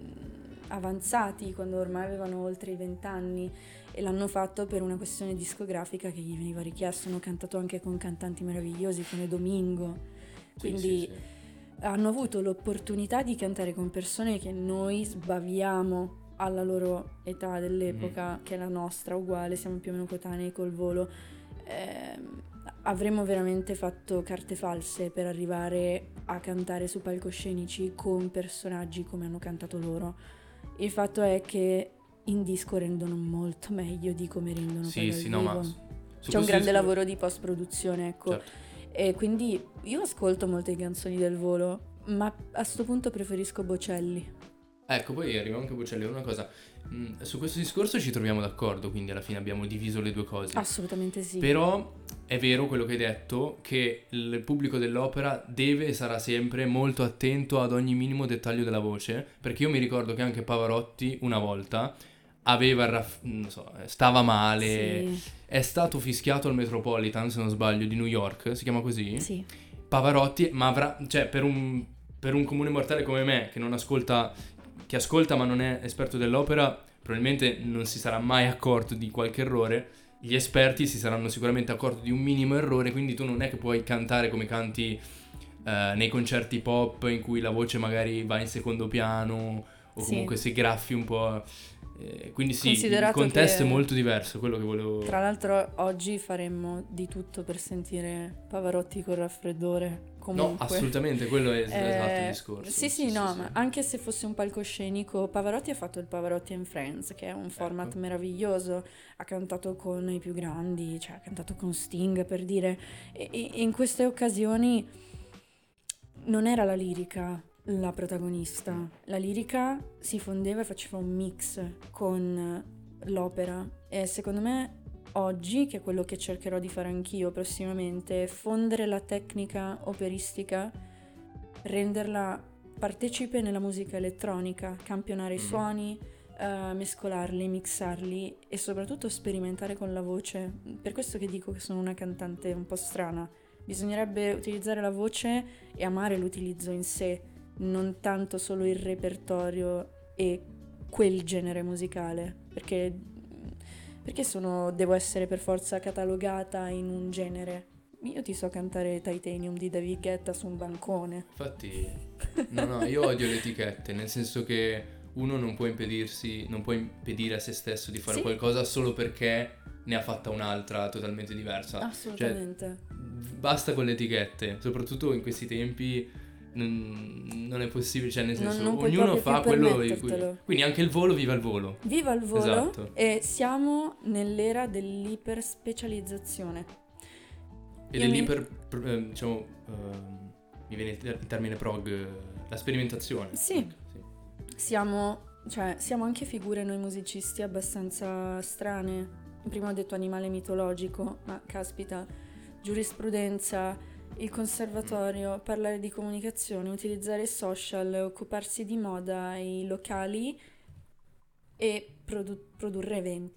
avanzati, quando ormai avevano oltre i vent'anni, e l'hanno fatto per una questione discografica che gli veniva richiesto. Hanno cantato anche con cantanti meravigliosi come Domingo, sì, quindi sì, sì. hanno avuto l'opportunità di cantare con persone che noi sbaviamo alla loro età dell'epoca, che è la nostra, uguale, siamo più o meno coetanei col Volo. Ehm, avremmo veramente fatto carte false per arrivare a cantare su palcoscenici con personaggi come hanno cantato loro. Il fatto è che in disco rendono molto meglio di come rendono poi Sì, dal sì, no, vivo. ma su C'è un questo grande discorso- lavoro di post-produzione, ecco. Certo. E quindi io ascolto molte canzoni del Volo, ma a sto punto preferisco Bocelli. Ecco, poi arriva anche Bocelli, una cosa, mh, su questo discorso ci troviamo d'accordo, quindi alla fine abbiamo diviso le due cose. Assolutamente sì. Però è vero quello che hai detto, che il pubblico dell'opera deve e sarà sempre molto attento ad ogni minimo dettaglio della voce, perché io mi ricordo che anche Pavarotti una volta aveva il raff- non so, stava male, Sì, è stato fischiato al Metropolitan, se non sbaglio, di New York, si chiama così? sì. Pavarotti, ma avrà, cioè per un, per un comune mortale come me, che non ascolta, che ascolta ma non è esperto dell'opera, probabilmente non si sarà mai accorto di qualche errore. Gli esperti si saranno sicuramente accorti di un minimo errore, quindi tu non è che puoi cantare come canti eh, nei concerti pop in cui la voce magari va in secondo piano o Sì. comunque si graffi un po'. Eh, quindi sì, il Considerato contesto che- è molto diverso, quello che volevo... Tra l'altro oggi faremmo di tutto per sentire Pavarotti col raffreddore. No, Comunque. assolutamente, quello è Eh, esatto il discorso. Sì, sì, no, ma anche se fosse un palcoscenico, Pavarotti ha fatto il Pavarotti and Friends, che è un format Ecco. meraviglioso, ha cantato con i più grandi, cioè ha cantato con Sting per dire, e, e in queste occasioni non era la lirica la protagonista, la lirica si fondeva e faceva un mix con l'opera e secondo me oggi, che è quello che cercherò di fare anch'io prossimamente, fondere la tecnica operistica, renderla partecipe nella musica elettronica, campionare i Mhm. suoni, eh, mescolarli, mixarli e soprattutto sperimentare con la voce. Per questo che dico che sono una cantante un po' strana. Bisognerebbe utilizzare la voce e amare l'utilizzo in sé, non tanto solo il repertorio e quel genere musicale, perché, perché sono, devo essere per forza catalogata in un genere. Io ti so cantare Titanium di David Guetta su un bancone. Infatti, no, no, io odio le etichette, nel senso che uno non può impedirsi, non può impedire a se stesso di fare Sì. qualcosa solo perché ne ha fatta un'altra totalmente diversa. Assolutamente. Cioè, basta con le etichette, soprattutto in questi tempi non, non è possibile, cioè nel Non- senso non puoi ognuno proprio fa più quello di cui... permettertelo. Quindi anche il volo, viva il volo. Viva il volo Esatto. e siamo nell'era dell'iperspecializzazione. Ed Io è mi- lì per, per, eh, diciamo, ehm, mi viene il termine prog, eh, la sperimentazione. Sì. Siamo, cioè, siamo anche figure noi musicisti abbastanza strane. Prima ho detto animale mitologico, ma caspita, giurisprudenza, il conservatorio, parlare di comunicazione, utilizzare i social, occuparsi di moda, i locali e produ- produrre eventi.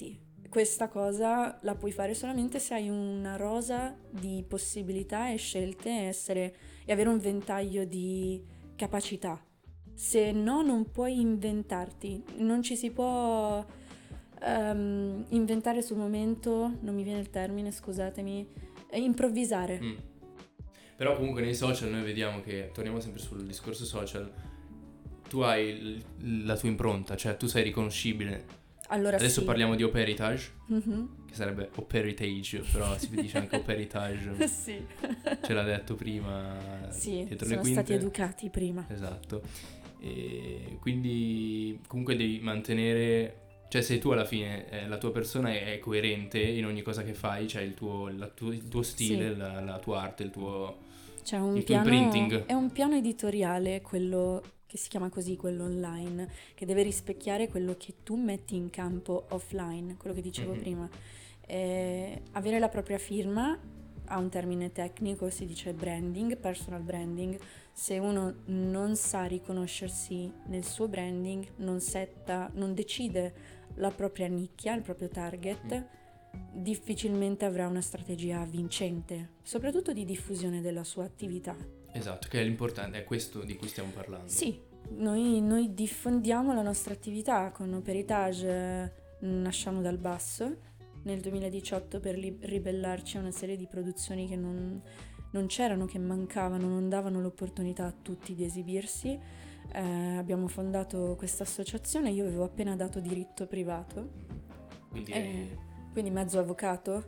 questa cosa la puoi fare solamente se hai una rosa di possibilità e scelte e, essere, e avere un ventaglio di capacità. Se no non puoi inventarti, non ci si può um, inventare sul momento, non mi viene il termine, scusatemi, e improvvisare. Mm. Però comunque nei social noi vediamo che, torniamo sempre sul discorso social, tu hai l- la tua impronta, cioè tu sei riconoscibile. Allora Adesso sì. parliamo di operitage, Mm-hmm. che sarebbe operitage, però si dice anche operitage. Sì. Ce l'ha detto prima. Sì, dietro le sono quinte. stati educati prima. Esatto. E quindi comunque devi mantenere, cioè se tu alla fine eh, la tua persona è, è coerente in ogni cosa che fai, cioè il tuo, la tuo, il tuo stile, Sì. la, la tua arte, il tuo, C'è un il tuo piano, imprinting. è un piano editoriale, quello che si chiama così, quello online, che deve rispecchiare quello che tu metti in campo offline, quello che dicevo Mhm. prima. Eh, avere la propria firma ha un termine tecnico, si dice branding, personal branding. Se uno non sa riconoscersi nel suo branding, non setta, non decide la propria nicchia, il proprio target, difficilmente avrà una strategia vincente, soprattutto di diffusione della sua attività. Esatto, che è l'importante, è questo di cui stiamo parlando. Sì, noi, noi diffondiamo la nostra attività con Operitage, eh, nasciamo dal basso nel duemiladiciotto per li- ribellarci a una serie di produzioni che non, non c'erano, che mancavano, non davano l'opportunità a tutti di esibirsi. Eh, abbiamo fondato questa associazione, io avevo appena dato diritto privato, Quindi eh, quindi mezzo avvocato.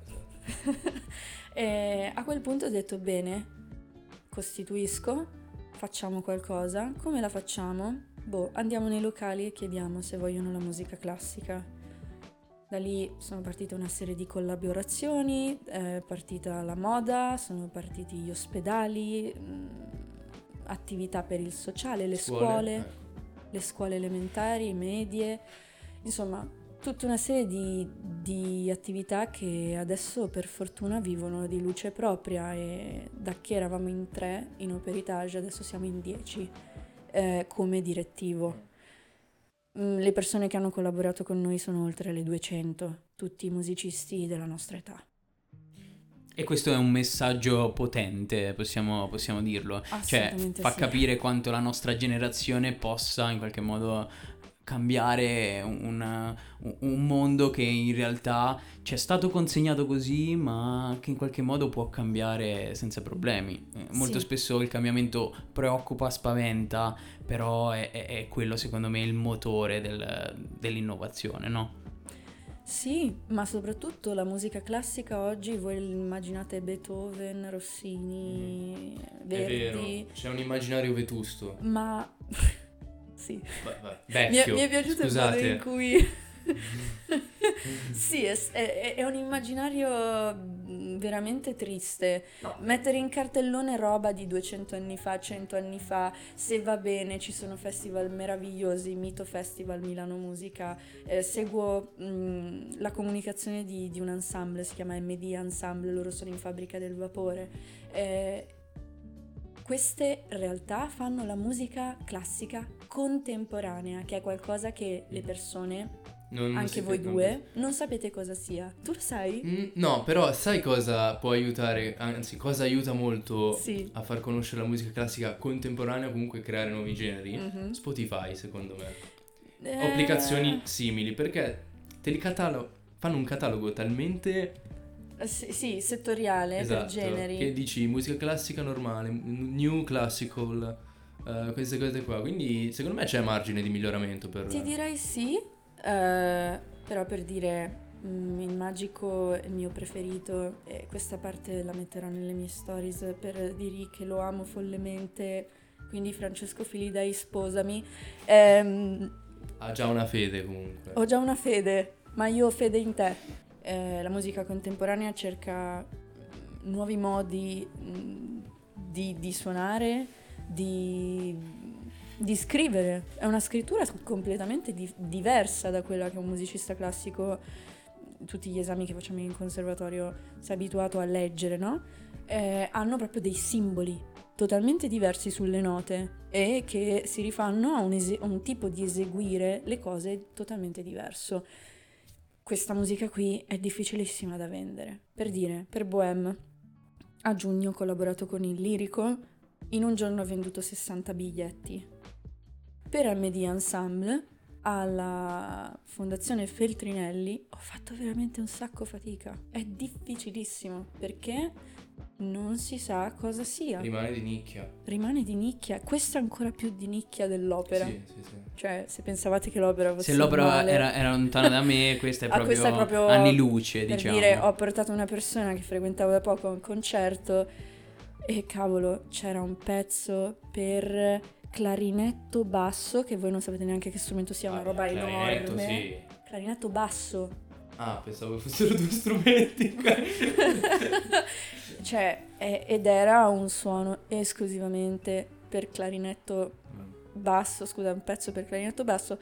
E a quel punto ho detto bene, costituisco, facciamo qualcosa. Come la facciamo? Boh, andiamo nei locali e chiediamo se vogliono la musica classica. Da lì sono partite una serie di collaborazioni, è partita la moda, sono partiti gli ospedali, mh, attività per il sociale, le scuole, eh. le scuole elementari, medie, insomma tutta una serie di, di attività che adesso per fortuna vivono di luce propria, e da che eravamo in tre in Operitage adesso siamo in dieci eh, come direttivo. Mm, Le persone che hanno collaborato con noi sono oltre le duecento, tutti musicisti della nostra età. E questo è un messaggio potente, possiamo, possiamo dirlo. Cioè, Assolutamente fa sì. capire quanto la nostra generazione possa in qualche modo cambiare un, un mondo che in realtà ci è stato consegnato così, ma che in qualche modo può cambiare senza problemi. Eh, Molto Sì. spesso il cambiamento preoccupa, spaventa, però è, è- è quello secondo me il motore del- dell'innovazione, no? Sì, ma soprattutto la musica classica oggi, voi immaginate Beethoven, Rossini, È Verdi, vero, c'è un immaginario vetusto. ma sì. Vai, vai. Mi è, Vecchio, mi è piaciuto scusate. il modo in cui sì, è, è- è un immaginario mm, veramente triste. Mettere in cartellone roba di duecento anni fa, cento anni fa, se va bene, ci sono festival meravigliosi, Mito Festival, Milano Musica. Eh, seguo mm, la comunicazione di, di un ensemble, si chiama M D Ensemble, loro sono in Fabbrica del Vapore. Eh, queste realtà fanno la musica classica contemporanea, che è qualcosa che le persone, Non- non anche si voi ferma. due, non sapete cosa sia. Tu lo sai? Mm, No, però sai cosa può aiutare, anzi cosa aiuta molto Sì. a far conoscere la musica classica contemporanea, comunque creare nuovi generi? Mhm. Spotify, secondo me. Eh, O applicazioni simili, perché te li catalo- fanno un catalogo talmente Sì, sì, settoriale esatto, per generi. che dici musica classica normale, m- new classical, eh, queste cose qua. Quindi secondo me c'è margine di miglioramento per... Ti direi sì, eh, però per dire mm, il magico è il mio preferito, e questa parte la metterò nelle mie stories per dirgli che lo amo follemente, quindi Francesco Filidei, sposami. Ehm, Ha già una fede comunque. Ho già una fede, ma io ho fede in te. Eh, la musica contemporanea cerca mm, nuovi modi mm, di, di suonare, di, di scrivere. È una scrittura completamente di- diversa da quella che un musicista classico, tutti gli esami che facciamo in conservatorio, si è abituato a leggere, no? Eh, hanno proprio dei simboli totalmente diversi sulle note e che si rifanno a un, ese- a un tipo di eseguire le cose totalmente diverso. questa musica qui è difficilissima da vendere. Per dire, per Bohème, a giugno ho collaborato con il Lirico, in un giorno ho venduto sessanta biglietti. Per M D Ensemble, alla Fondazione Feltrinelli, ho fatto veramente un sacco fatica. È difficilissimo, perché non si sa cosa sia. Rimane di nicchia. Rimane di nicchia. Questo è ancora più di nicchia dell'opera. Sì, sì, sì. Cioè, se pensavate che l'opera fosse Se l'opera male, era, era lontana da me, questa è ah, proprio, questa è proprio anni luce, per diciamo. dire, ho portato una persona che frequentavo da poco a un concerto e cavolo, c'era un pezzo per clarinetto basso, che voi non sapete neanche che strumento sia, una Ah, roba clarinetto, enorme. sì. Clarinetto basso. Ah, pensavo fossero due strumenti. Cioè, è- ed era un suono esclusivamente per clarinetto basso, scusa, un pezzo per clarinetto basso.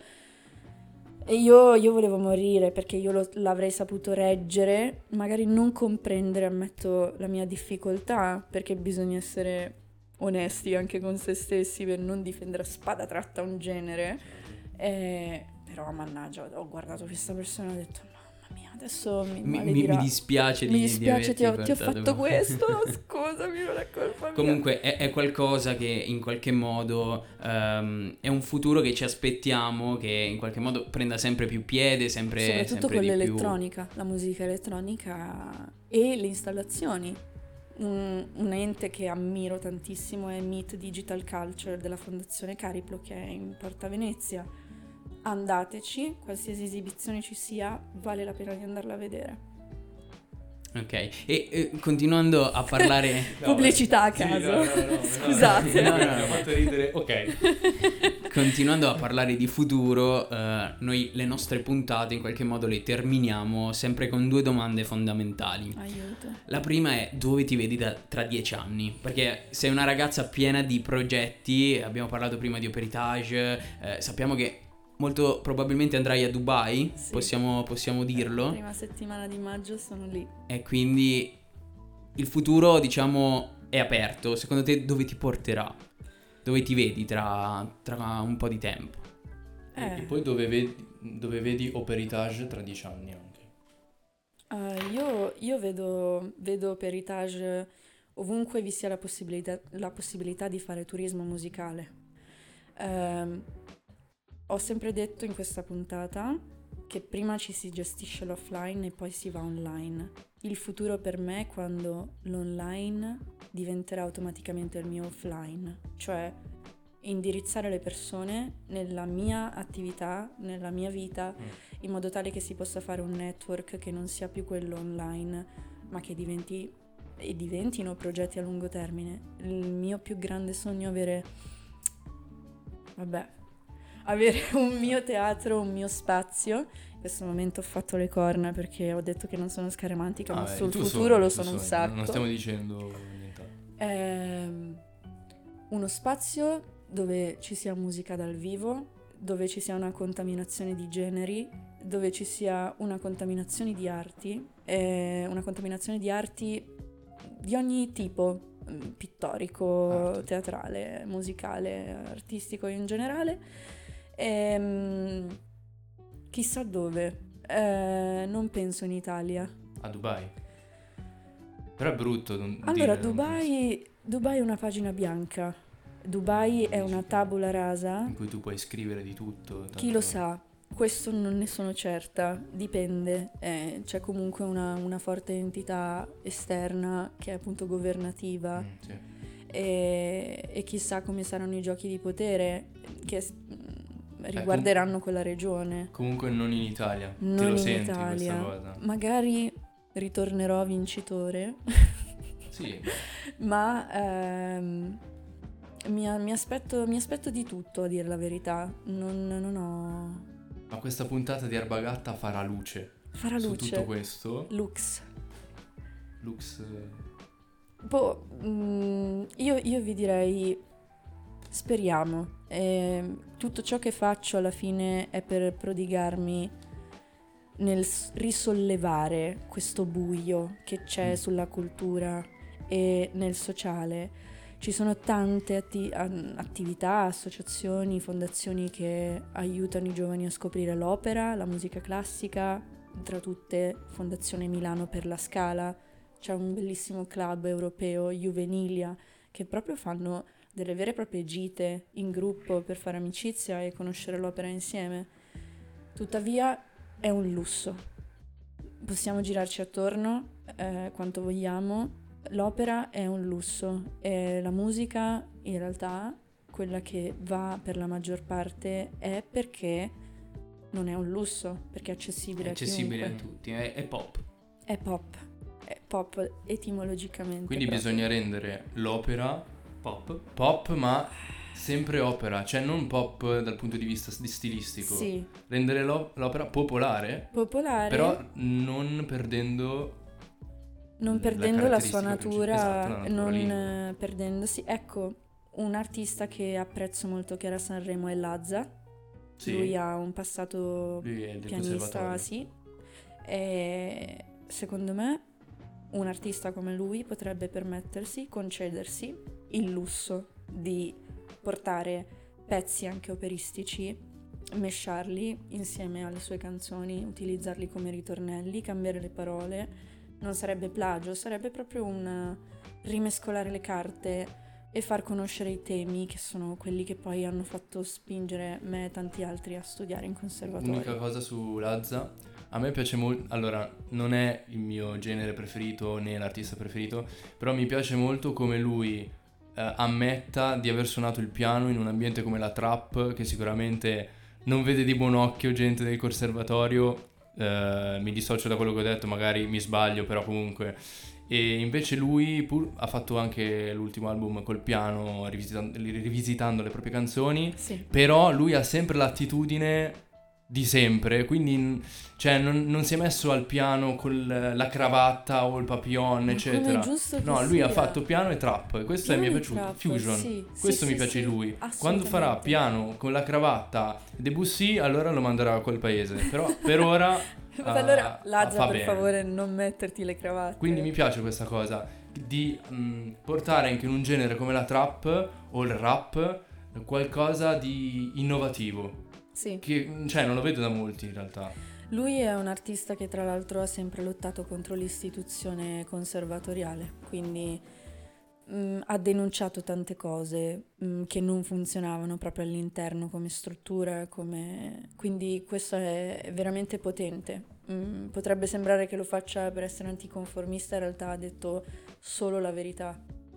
E io, io volevo morire perché io lo- l'avrei saputo reggere, magari non comprendere, ammetto la mia difficoltà, perché bisogna essere onesti anche con se stessi per non difendere a spada tratta un genere. Eh, però mannaggia, ho guardato questa persona e ho detto mamma mia, adesso mi, Mi, mi- maledirà. mi dispiace di Mi di dispiace, ti ho, averti ti ho portato- fatto questo, scusami, non è colpa mia. Comunque è, è qualcosa che in qualche modo ehm, è un futuro che ci aspettiamo che in qualche modo prenda sempre più piede, sempre, Soprattutto sempre con di più. l'elettronica, la musica elettronica e le installazioni. Un, un ente che ammiro tantissimo è Meet Digital Culture della Fondazione Cariplo, che è in Porta Venezia. Andateci, qualsiasi esibizione ci sia, vale la pena di andarla a vedere. Ok, e eh, continuando a parlare... Pubblicità a Sì, caso. no, no, no, Scusate. No, no, No, no, no, mi ha fatto ridere. Ok. Continuando a parlare di futuro, eh, noi le nostre puntate in qualche modo le terminiamo sempre con due domande fondamentali. Aiuto. La prima è: dove ti vedi da- tra dieci anni? Perché sei una ragazza piena di progetti, abbiamo parlato prima di Operitage, eh, sappiamo che molto probabilmente andrai a Dubai, Sì. possiamo, possiamo dirlo, Prima settimana di maggio sono lì. e quindi il futuro, diciamo, è aperto. Secondo te dove ti porterà? Dove ti vedi tra, tra un po' di tempo? Eh. E poi dove vedi, dove vedi Operitage tra dieci anni anche? Uh, io, io vedo, vedo Heritage ovunque vi sia la possibilità, la possibilità di fare turismo musicale. Ehm, ho sempre detto in questa puntata che prima ci si gestisce l'offline e poi si va online. Il futuro per me è quando l'online diventerà automaticamente il mio offline, cioè indirizzare le persone nella mia attività, nella mia vita, in modo tale che si possa fare un network che non sia più quello online, ma che diventi e diventino progetti a lungo termine. Il mio più grande sogno è avere vabbè, avere un mio teatro, un mio spazio. In questo momento ho fatto le corna perché ho detto che non sono scaramantica, ma Ah, beh, sul il tuo futuro sogno, lo il tuo sono un sogno. sacco. Non stiamo dicendo niente. Ehm, uno spazio dove ci sia musica dal vivo, dove ci sia una contaminazione di generi, dove ci sia una contaminazione di arti, eh, una contaminazione di arti di ogni tipo, mm, pittorico, Arte. teatrale, musicale, artistico in generale. Ehm, chissà dove. Eh, non penso in Italia. A Dubai. Però è brutto non Allora, dire, non Dubai, Dubai è una pagina bianca. Dubai è una tabula rasa. penso, in cui tu puoi scrivere di tutto. Chi tanto- lo sa? Questo non ne sono certa, dipende. Eh, c'è comunque una, una forte entità esterna che è appunto governativa. Mm, sì. E, e chissà come saranno i giochi di potere che s- riguarderanno quella regione. Comunque non in Italia. Te Non lo in senti Italia. questa cosa? Magari ritornerò vincitore. Sì. Ma ehm, mi, mi aspetto, mi aspetto di tutto, a dire la verità. Non, non ho... Ma questa puntata di Erbagatta farà luce. Farà Su luce. tutto questo. Lux. Lux. eh, Boh, mm, io, io vi direi speriamo. Ehm, tutto ciò che faccio alla fine è per prodigarmi nel s- risollevare questo buio che c'è Mm. sulla cultura e nel sociale. Ci sono tante atti- an- attività, associazioni, fondazioni che aiutano i giovani a scoprire l'opera, la musica classica, tra tutte Fondazione Milano per la Scala, c'è un bellissimo club europeo, Juvenilia, che proprio fanno delle vere e proprie gite in gruppo per fare amicizia e conoscere l'opera insieme. Tuttavia è un lusso. Possiamo girarci attorno eh, quanto vogliamo, l'opera è un lusso e la musica in realtà quella che va per la maggior parte è perché non è un lusso, perché è accessibile, È accessibile a a chiunque. tutti, è, è pop. È pop, è pop etimologicamente. Quindi proprio. bisogna rendere l'opera Pop? pop, ma sempre opera, cioè non pop dal punto di vista di stilistico. Sì, Rendere l'o- l'opera popolare, popolare, però non perdendo non la perdendo la sua caratteristica princip- natura, esatto, la natura non lingua. eh, perdendosi. Ecco, un artista che apprezzo molto che era a Sanremo è Lazza. Sì. Lui ha un passato Lui è del pianista, conservatorio. sì. E secondo me un artista come lui potrebbe permettersi, concedersi il lusso di portare pezzi anche operistici, mesciarli insieme alle sue canzoni, utilizzarli come ritornelli, cambiare le parole. Non sarebbe plagio, sarebbe proprio un rimescolare le carte e far conoscere i temi che sono quelli che poi hanno fatto spingere me e tanti altri a studiare in conservatorio. Unica cosa su Lazza, a me piace molto, allora non è il mio genere preferito né l'artista preferito, però mi piace molto come lui eh, ammetta di aver suonato il piano in un ambiente come la trap, che sicuramente non vede di buon occhio gente del conservatorio. Eh, mi dissocio da quello che ho detto, magari mi sbaglio, però comunque. E invece lui pur, ha fatto anche l'ultimo album col piano, rivisitando, rivisitando le proprie canzoni, Sì. però lui ha sempre l'attitudine di sempre, quindi cioè, non, non si è messo al piano con la cravatta o il papillon, Ma eccetera. come è giusto che No, lui ha sia. fatto piano e trap, e questo Piano mi è e piaciuto. trap, Fusion, sì, sì, questo sì, mi piace sì, di lui. Quando assolutamente. farà piano con la cravatta e Debussy, allora lo manderà a quel paese. Però per ora Ma ah, allora, ah, Lazza, fa per bene. favore, non metterti le cravatte. Quindi mi piace questa cosa di mh, portare anche in un genere come la trap o il rap qualcosa di innovativo, Sì. che cioè non lo vedo da molti in realtà. Lui è un artista che tra l'altro ha sempre lottato contro l'istituzione conservatoriale, quindi mh, ha denunciato tante cose mh, che non funzionavano proprio all'interno come struttura, come... quindi questo è veramente potente. Mh, potrebbe sembrare che lo faccia per essere anticonformista, in realtà ha detto solo la verità.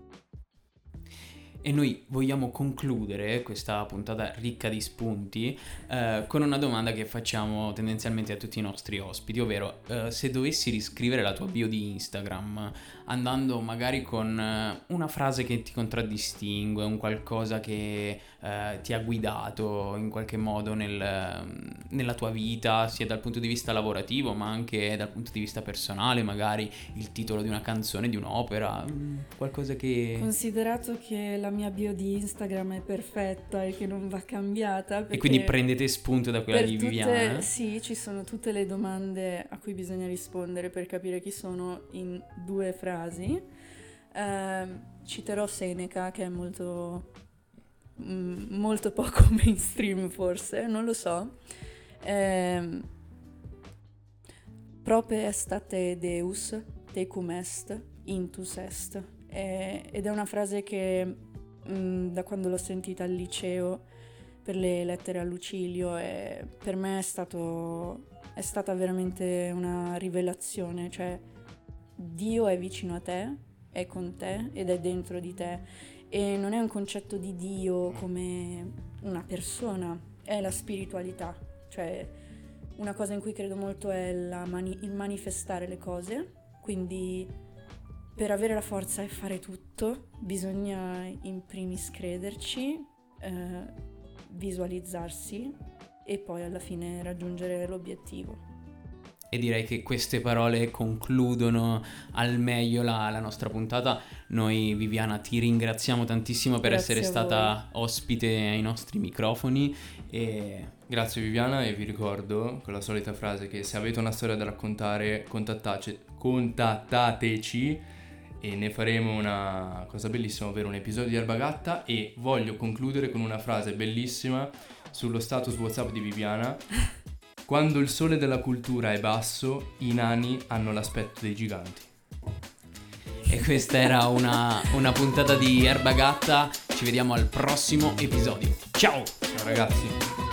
E noi vogliamo concludere questa puntata ricca di spunti eh, con una domanda che facciamo tendenzialmente a tutti i nostri ospiti, ovvero eh, se dovessi riscrivere la tua bio di Instagram andando magari con eh, una frase che ti contraddistingue, un qualcosa che eh, ti ha guidato in qualche modo nel, nella tua vita, sia dal punto di vista lavorativo ma anche dal punto di vista personale, magari il titolo di una canzone, di un'opera, mm, qualcosa che... Considerato che la mia bio di Instagram è perfetta e che non va cambiata, E perché quindi prendete spunto da quella per di tutte- Viviana? Sì, ci sono tutte le domande a cui bisogna rispondere per capire chi sono in due frasi. Ehm, citerò Seneca, che è molto, mm, molto poco mainstream forse, non lo so. Ehm, Prope estate Deus, tecum est, intus est. Eh, ed è una frase che mm, da quando l'ho sentita al liceo per le lettere a Lucilio e per me è stato è stata veramente una rivelazione, cioè Dio è vicino a te, è con te ed è dentro di te e non è un concetto di Dio come una persona, è la spiritualità, cioè una cosa in cui credo molto è la mani- il manifestare le cose, quindi per avere la forza e fare tutto bisogna in primis crederci, eh, visualizzarsi e poi alla fine raggiungere l'obiettivo. E direi che queste parole concludono al meglio la, la nostra puntata. Noi, Viviana, ti ringraziamo tantissimo per Grazie essere a stata ospite ai nostri microfoni e Grazie Viviana, e vi ricordo con la solita frase che se avete una storia da raccontare contattace- contattateci e ne faremo una cosa bellissima, ovvero un episodio di Erbagatta. E voglio concludere con una frase bellissima sullo status WhatsApp di Viviana Quando il sole della cultura è basso, i nani hanno l'aspetto dei giganti. E questa era una, una puntata di Erbagatta. Ci vediamo al prossimo episodio. Ciao! Ciao ragazzi.